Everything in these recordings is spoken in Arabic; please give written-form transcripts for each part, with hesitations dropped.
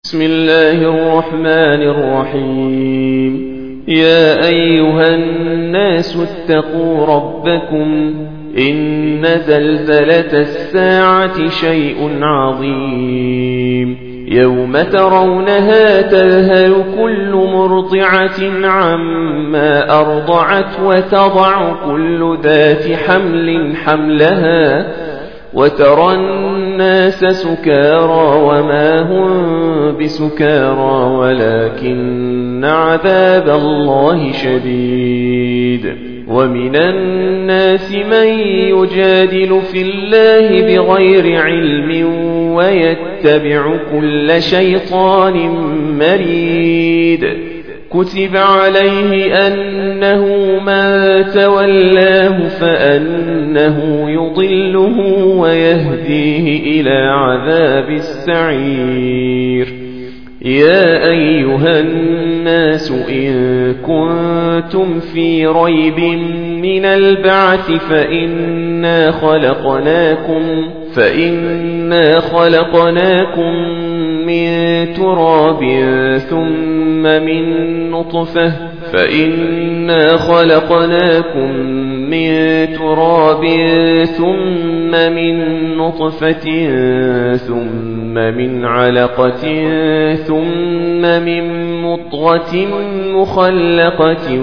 بسم الله الرحمن الرحيم. يا أيها الناس اتقوا ربكم إن زلزلة الساعة شيء عظيم يوم ترونها تذهل كل مرضعة عما أرضعت وتضع كل ذات حمل حملها وترى الناس سكارى وما هم بسكارى ولكن عذاب الله شديد. ومن الناس من يجادل في الله بغير علم ويتبع كل شيطان مريد. كتب عليه أنه من تولاه فأنه يضله ويهديه إلى عذاب السعير. يا أيها الناس إن كنتم في ريب من البعث فإنا خلقناكم من تراب ثم من نطفة ثم من علقة ثم من مضغة مخلقة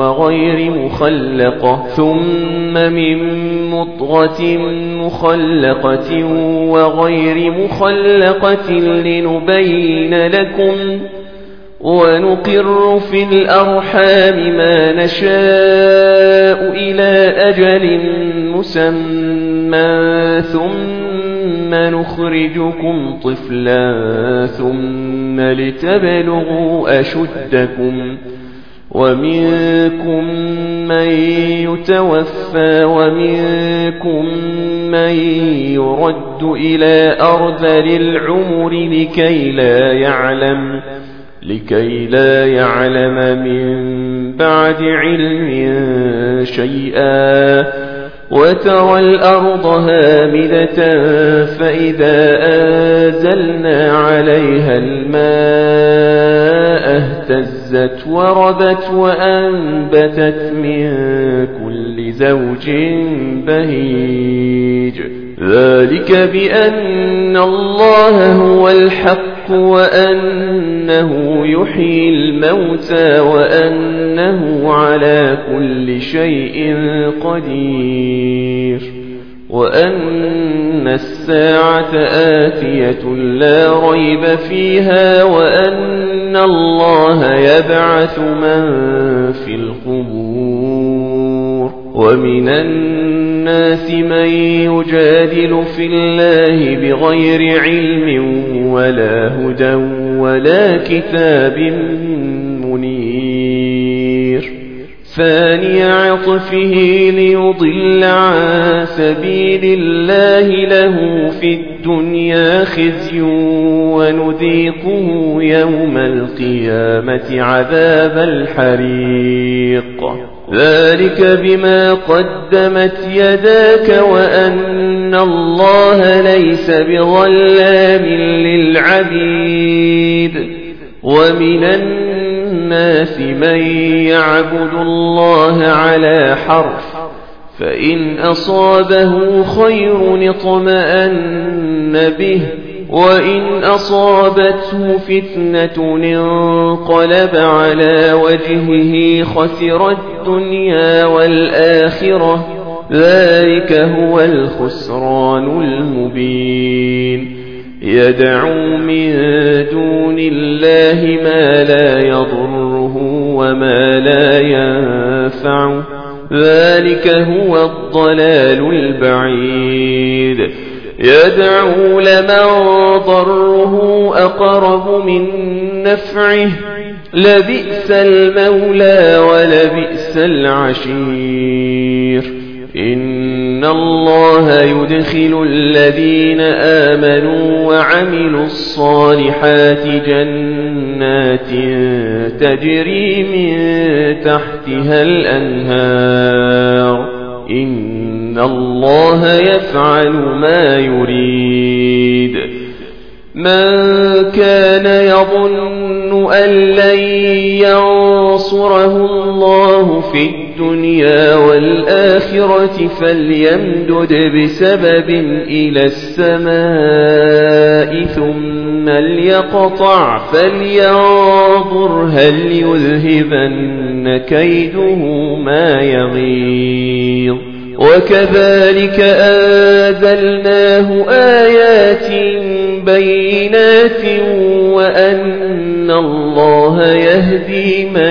وغير مخلقة لنبين لكم ونقر في الأرحام ما نشاء إلى أجل مسمى ثم نخرجكم طفلا ثم لتبلغوا أشدكم ومنكم من يتوفى ومنكم من يرد إلى أرذل العمر لكي لا يعلم من بعد علم شيئا. وترى الأرض هامدة فإذا أنزلنا عليها الماء اهتزت وربت وأنبتت من كل زوج بهيج. ذلك بأن الله هو الحق وأنه يحيي الموتى وأنه على كل شيء قدير وأن الساعة آتية لا ريب فيها وأن الله يبعث من في القبور. ومن الناس من يجادل في الله بغير علم ولا هدى ولا كتاب منير. ثاني عطفه ليضل عن سبيل الله له في الدنيا خزي ونذيقه يوم القيامة عذاب الحريق. ذلك بما قدمت يداك وأن الله ليس بظلام للعبيد. ومن الناس من يعبد الله على حرف فإن أصابه خير اطمأن به وإن أصابته فتنة انقلب على وجهه خسر الدنيا والآخرة. ذلك هو الخسران المبين. يدعو من دون الله ما لا يضره وما لا ينفعه. ذلك هو الضلال البعيد. يدعو لمن ضره أقرب من نفعه لبئس المولى ولبئس العشير. إن الله يدخل الذين آمنوا وعملوا الصالحات جنات تجري من تحتها الأنهار. إن الله يفعل ما يريد. من كان يظن أن لن ينصره الله في الدنيا والآخرة فليمدد بسبب إلى السماء ثم ليقطع فلينظر هل يذهبن كيده ما يغيظ وكذلك أنزلناه آيات بينات وأن الله يهدي من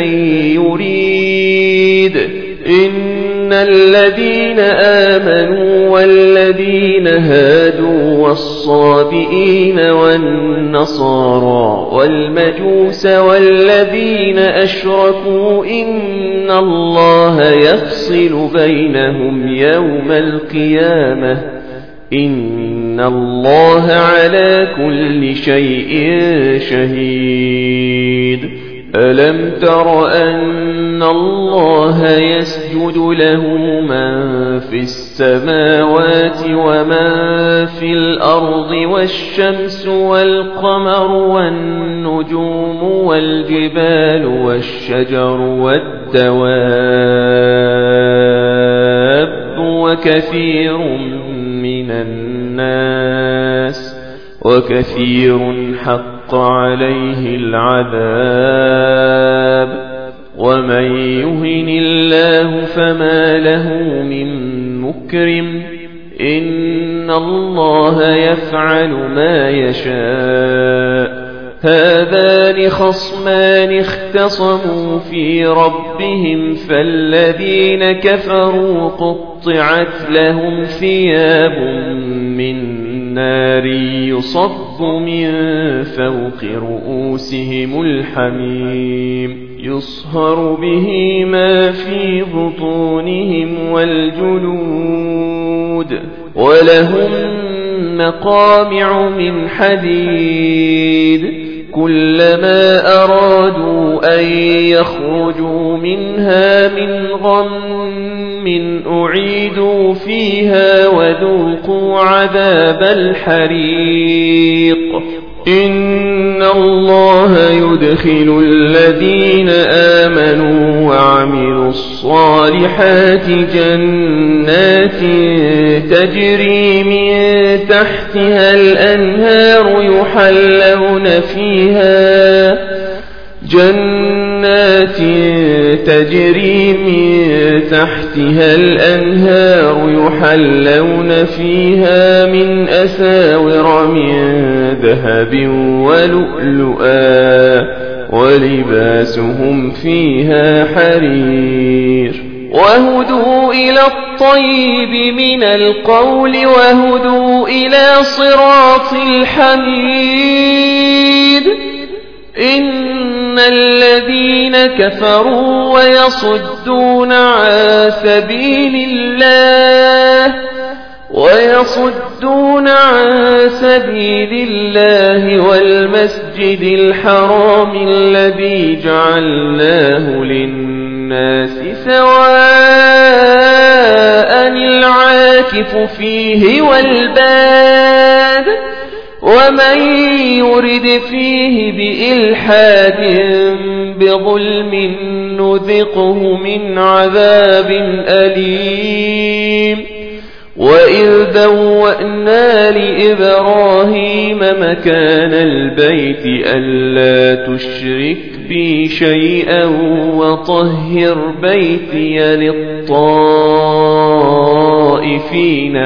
يريد إن الذين آمنوا والذين هادوا والصابئين والنصارى والمجوس والذين أشركوا إن الله يفصل بينهم يوم القيامة إن الله على كل شيء شهيد ألم تر أن الله يسجد له من في السماوات ومن في الأرض والشمس والقمر والنجوم والجبال والشجر والدواب وكثير حق عليه العذاب ومن يهن الله فما له من مكرم إن الله يفعل ما يشاء هذان خصمان اختصموا في ربهم فالذين كفروا قطعت لهم ثياب من نار يصب من فوق رؤوسهم الحميم يصهر به ما في بطونهم والجلود ولهم مقامع من حديد كلما أرادوا أن يخرجوا منها من غم أعيدوا فيها وذوقوا عذاب الحريق إن الله يدخل الذين آمنوا وعملوا الصالحات جنات تجري من تحتها الأنهار يحلون فيها من أساور من ذهب ولؤلؤا ولباسهم فيها حرير وهدوا إلى الطيب من القول وهدوا إلى صراط الحميد إن الذين كفروا ويصدون عن سبيل الله والمسجد الحرام الذي جعلناه للناس سواء العاكف فيه والباد ومن يرد فيه بإلحاد بظلم نذقه من عذاب أليم وإذ بوأنا لإبراهيم مكان البيت ألا تشرك بي شيئا وطهر بيتي للطائفين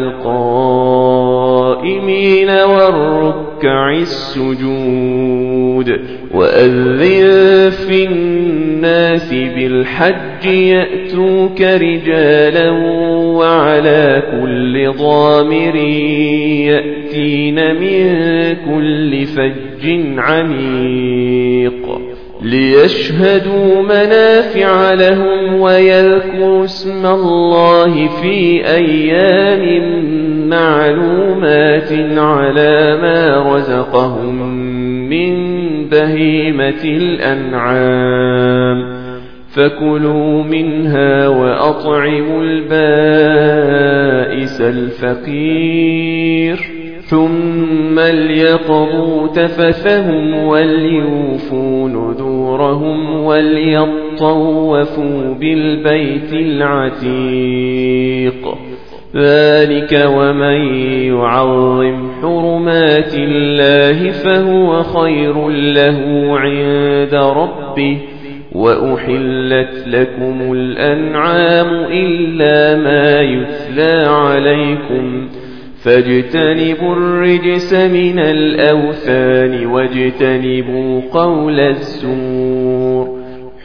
والقائمين والركع السجود وأذن في الناس بالحج يأتوك رجالا وعلى كل ضامر يأتين من كل فج عميق ليشهدوا منافع لهم ويذكروا اسم الله في أيام معلومات على ما رزقهم من بهيمة الأنعام فكلوا منها وأطعموا البائس الفقير ثم ليقضوا تفثهم وليوفوا نذورهم وليطوفوا بالبيت العتيق. ذلك ومن يعظم حرمات الله فهو خير له عند ربه. وأحلت لكم الأنعام إلا ما يتلى عليكم فاجتنبوا الرجس من الأوثان واجتنبوا قول الزور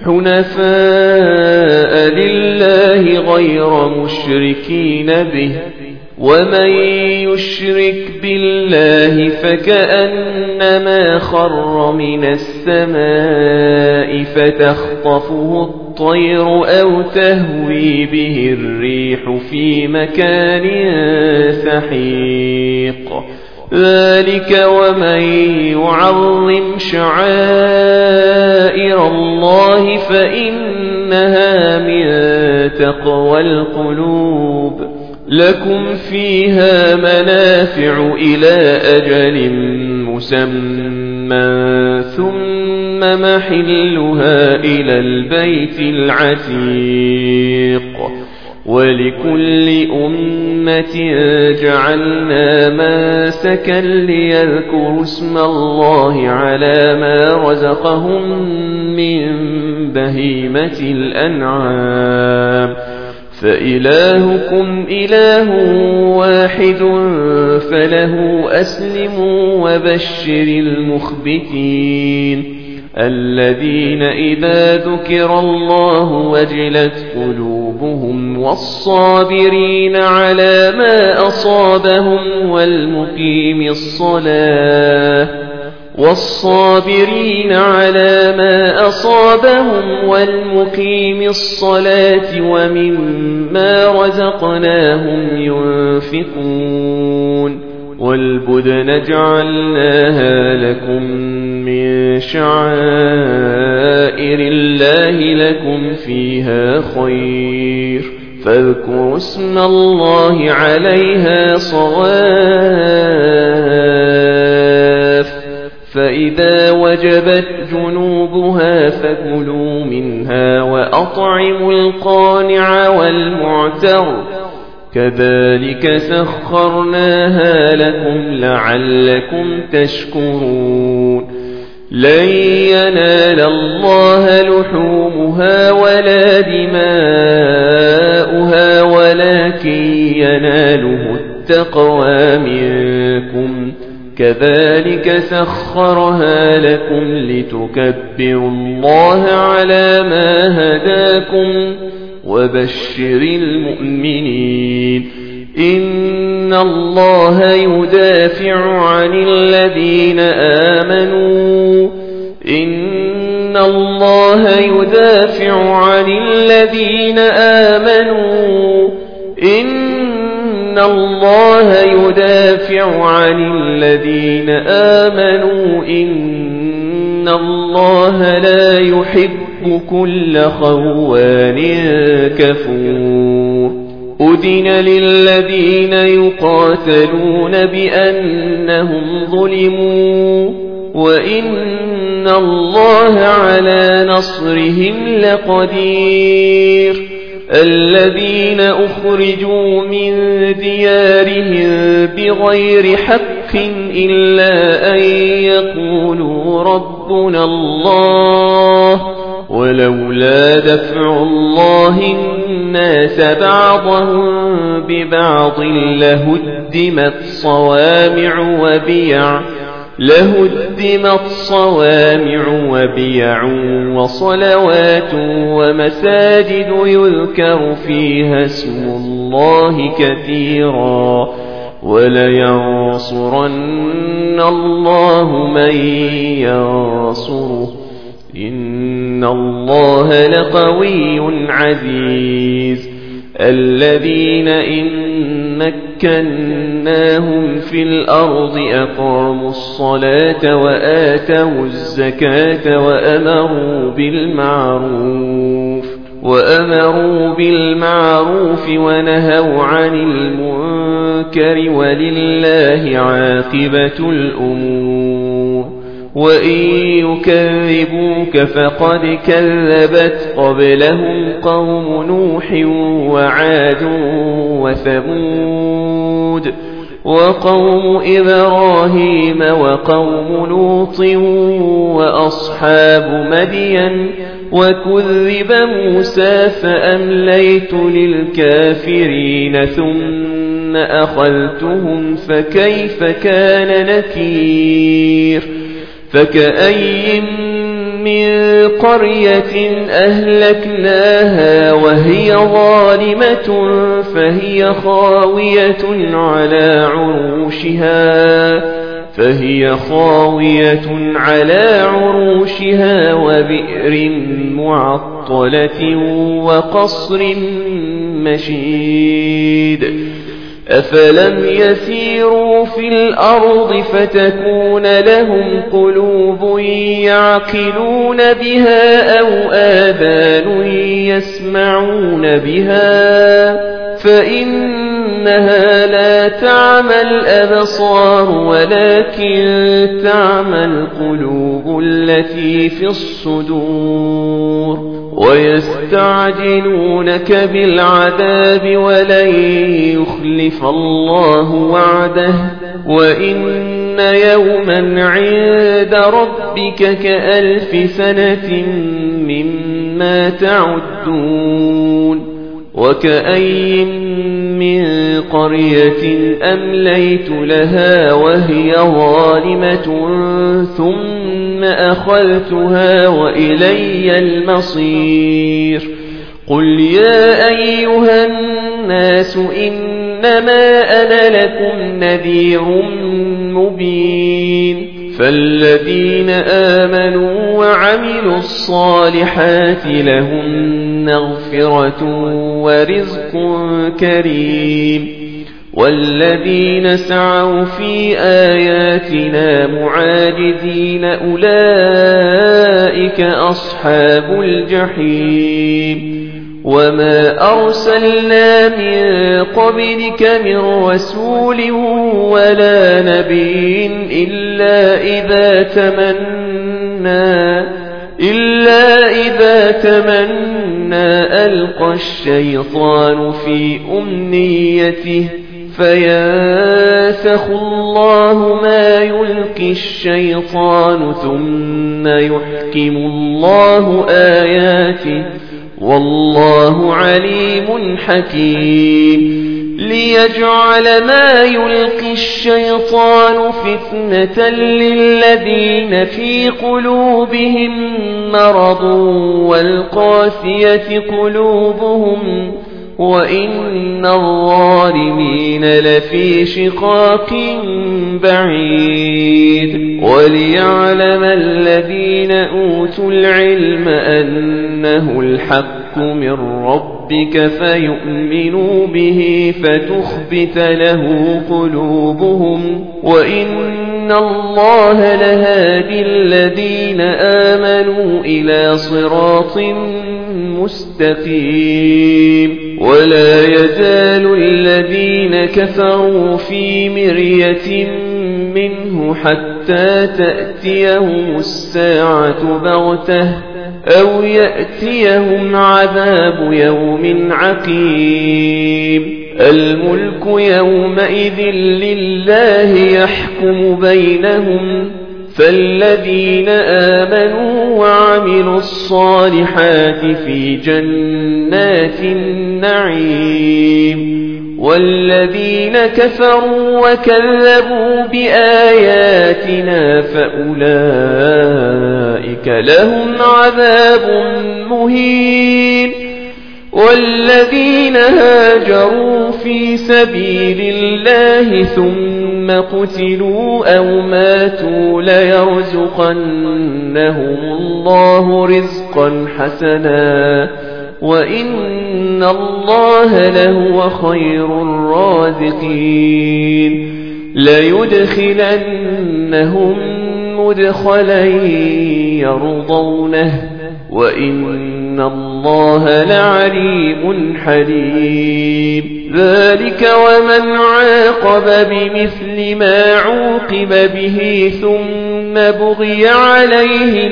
حنفاء لله غير مشركين به. ومن يشرك بالله فكأنما خر من السماء فتخطفه الطير أو تهوي به الريح في مكان سحيق. ذلك ومن يعظم شعائر الله فإنها من تقوى القلوب. لكم فيها منافع إلى أجل مسمى ثم محلها إلى البيت العتيق. ولكل أمة جعلنا منسكا ليذكروا اسم الله على ما رزقهم من بهيمة الأنعام فإلهكم إله واحد فله أسلموا وبشر المخبتين الذين إذا ذكر الله وجلت قلوبهم والصابرين على ما أصابهم والمقيم الصلاة ومما رزقناهم ينفقون. والبدن جعلناها لكم من شعائر الله لكم فيها خير فاذكروا اسم الله عليها صواف. فإذا وجبت جنوبها فكلوا منها وأطعموا القانع والمعتر كذلك سخرناها لكم لعلكم تشكرون. لن ينال الله لحومها ولا دماؤها ولكن يناله التقوى منكم. كذلك سخرها لكم لتكبروا الله على ما هداكم وبشر المؤمنين. إن الله يدافع عن الذين آمنوا إن الله لا يحب كل خوان كفور. أذن للذين يقاتلون بأنهم ظلموا وإن الله على نصرهم لقدير. الذين أخرجوا من ديارهم بغير حق إلا أن يقولوا ربنا الله ولولا دفع الله الناس بعضهم ببعض لهدمت صوامع وبيع وصلوات ومساجد يذكر فيها اسم الله كثيرا ولينصرن الله من ينصره إن الله لقوي عزيز. الذين إن مكناهم في الأرض أقاموا الصلاة وآتوا الزكاة وأمروا بالمعروف ونهوا عن المنكر ولله عاقبة الأمور وإن يكذبوك فقد كذبت قبلهم قوم نوح وعاد وثمود وقوم إبراهيم وقوم لوط وأصحاب مدين وكذب موسى فأمليت للكافرين ثم أخذتهم فكيف كان نكير فكأي من قرية أهلكناها وهي ظالمة فهي خاوية على عروشها وبئر معطلة وقصر مشيد أفلم يسيروا في الأرض فتكون لهم قلوب يعقلون بها أو آذان يسمعون بها فإنها لا تعمى الأبصار ولكن تعمى القلوب التي في الصدور ويستعجلونك بالعذاب ولن يخلف الله وعده وإن يوما عند ربك كألف سنة مما تعدون وكأي من قرية أمليت لها وهي ظالمة ثم أخذتها وإلي المصير قل يا أيها الناس إنما أنا لكم نذير مبين فالذين آمنوا وعملوا الصالحات لهم مغفرة ورزق كريم والذين سعوا في آياتنا معاجزين أولئك أصحاب الجحيم وما أرسلنا من قبلك من رسول ولا نبي إلا إذا تمنى ألقى الشيطان في أمنيته فينسخ الله ما يلقي الشيطان ثم يحكم الله آياته والله عليم حكيم ليجعل ما يلقي الشيطان فتنة للذين في قلوبهم مرض والقاسية قلوبهم وإن الظالمين لفي شقاق بعيد وليعلم الذين أوتوا العلم أنه الحق من ربك فيؤمنوا به فتخبت له قلوبهم وإن الله لهادي الذين آمنوا إلى صراط مستقيم ولا يزال الذين كفروا في مرية منه حتى تأتيهم الساعة بغتة أو يأتيهم عذاب يوم عقيم الملك يومئذ لله يحكم بينهم فالذين آمنوا وعملوا الصالحات في جنات النعيم والذين كفروا وكذبوا بآياتنا فأولئك لهم عذاب مهين والذين هاجروا في سبيل الله ثم قتلوا أو ماتوا ليرزقنهم الله رزقا حسنا وإن الله لهو خير الرازقين ليدخلنهم مدخلا يرضونه وإن الله لعليم حليم ذلك ومن عاقب بمثل ما عوقب به ثم بغي عليه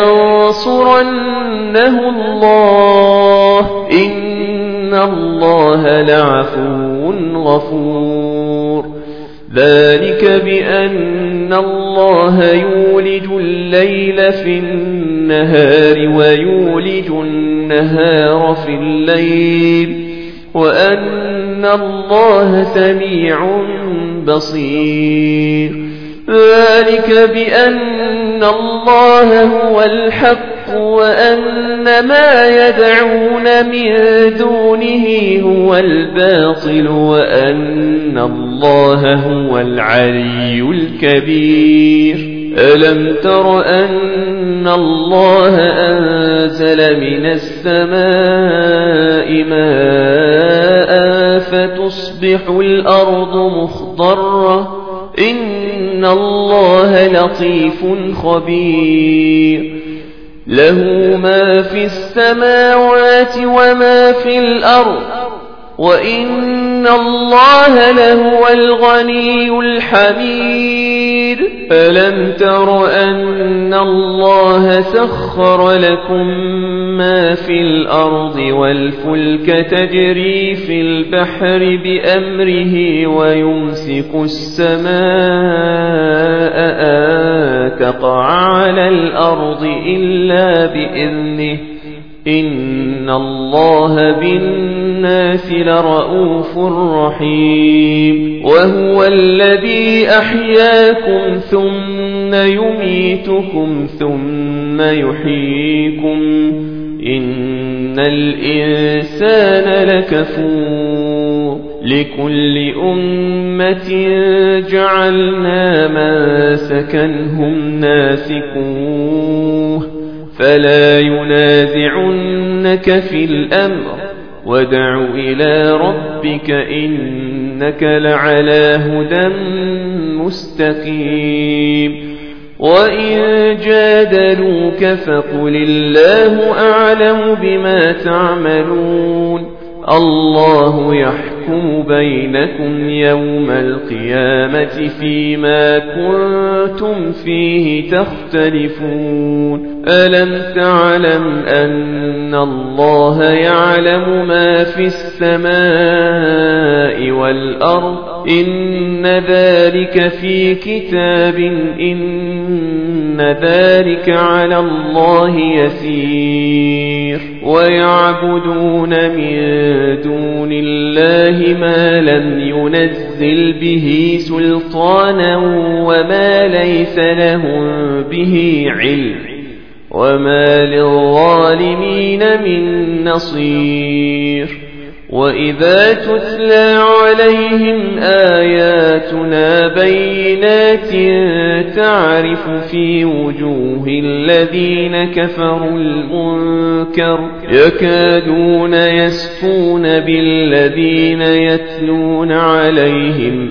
لينصرنه الله إن الله لعفو غفور ذلك بأن الله يولج الليل في النهار ويولج النهار في الليل وأن الله سميع بصير ذلك بأن الله هو الحق وأن ما يدعون من دونه هو الباطل وأن الله هو العلي الكبير ألم تر أن الله أنزل من السماء ماء فتصبح الأرض مخضرة إن الله لطيف خبير له ما في السماوات وما في الأرض وإن الله لهو الغني الحميد ألم تر أن الله سخر لكم ما في الأرض والفلك تجري في البحر بأمره ويمسك السماء أن تقع على الأرض إلا بإذنه إن الله بالناس لرؤوف رحيم وهو الذي أحياكم ثم يميتكم ثم يحييكم إن الإنسان لكفور لكل أمة جعلنا منسكا هم ناسكوه فلا ينازعنك في الأمر وادع إلى ربك إنك لعلى هدى مستقيم وإن جادلوك فقل الله أعلم بما تعملون الله يحكم بينكم يوم القيامة فيما كنتم فيه تختلفون ألم تعلم أن الله يعلم ما في السماء والأرض إن ذلك في كتاب إن ذلك على الله يسير ويعبدون من دون الله ما لم ينزل به سلطانا وما ليس لهم به علم وما للظالمين من نصير وإذا تتلى عليهم آياتنا بينات تعرف في وجوه الذين كفروا المنكر يكادون يسقون بالذين يتلون عليهم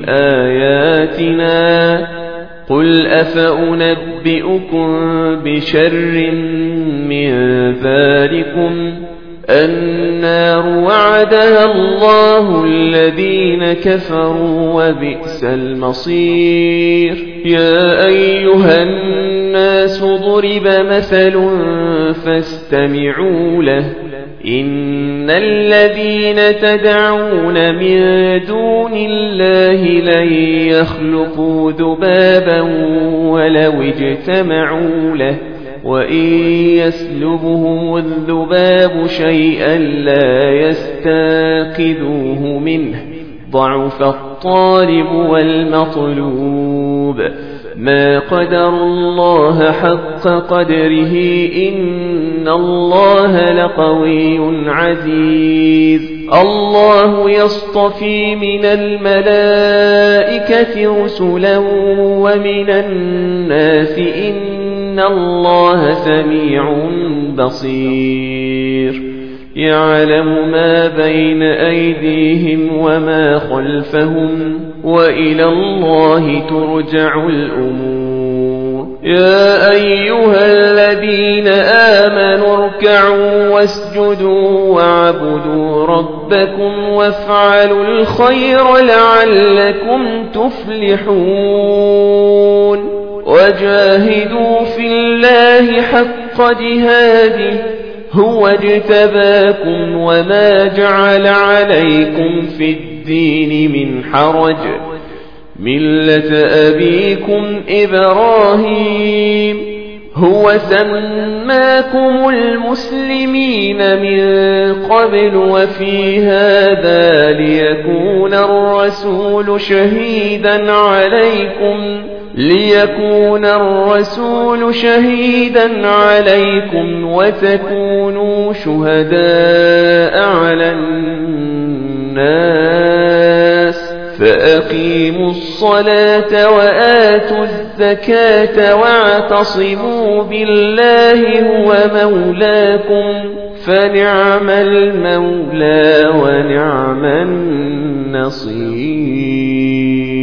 آياتنا قل أفأنبئكم بشر من ذلكم النار وعدها الله الذين كفروا وبئس المصير يا أيها الناس ضرب مثل فاستمعوا له إن الذين تدعون من دون الله لن يخلقوا ذبابا ولو اجتمعوا له وإن يسلبهم الذباب شيئا لا يستنقذوه منه ضعف الطالب والمطلوب ما قدر الله حق قدره إن الله لقوي عزيز الله يصطفي من الملائكة رسلا ومن الناس إن الله سميع بصير يعلم ما بين أيديهم وما خلفهم وإلى الله ترجع الأمور يا أيها الذين آمنوا اركعوا واركعوا واسجدوا واعبدوا ربكم وافعلوا الخير لعلكم تفلحون وجاهدوا في الله حق جهاده هو اجتباكم وما جعل عليكم في الدين من حرج ملة أبيكم إبراهيم هو سماكم المسلمين من قبل وفي هذا ليكون الرسول شهيدا عليكم وتكونوا شهداء على الناس فأقيموا الصلاة وآتوا الزكاة واعتصموا بالله هو مولاكم فنعم المولى ونعم النصير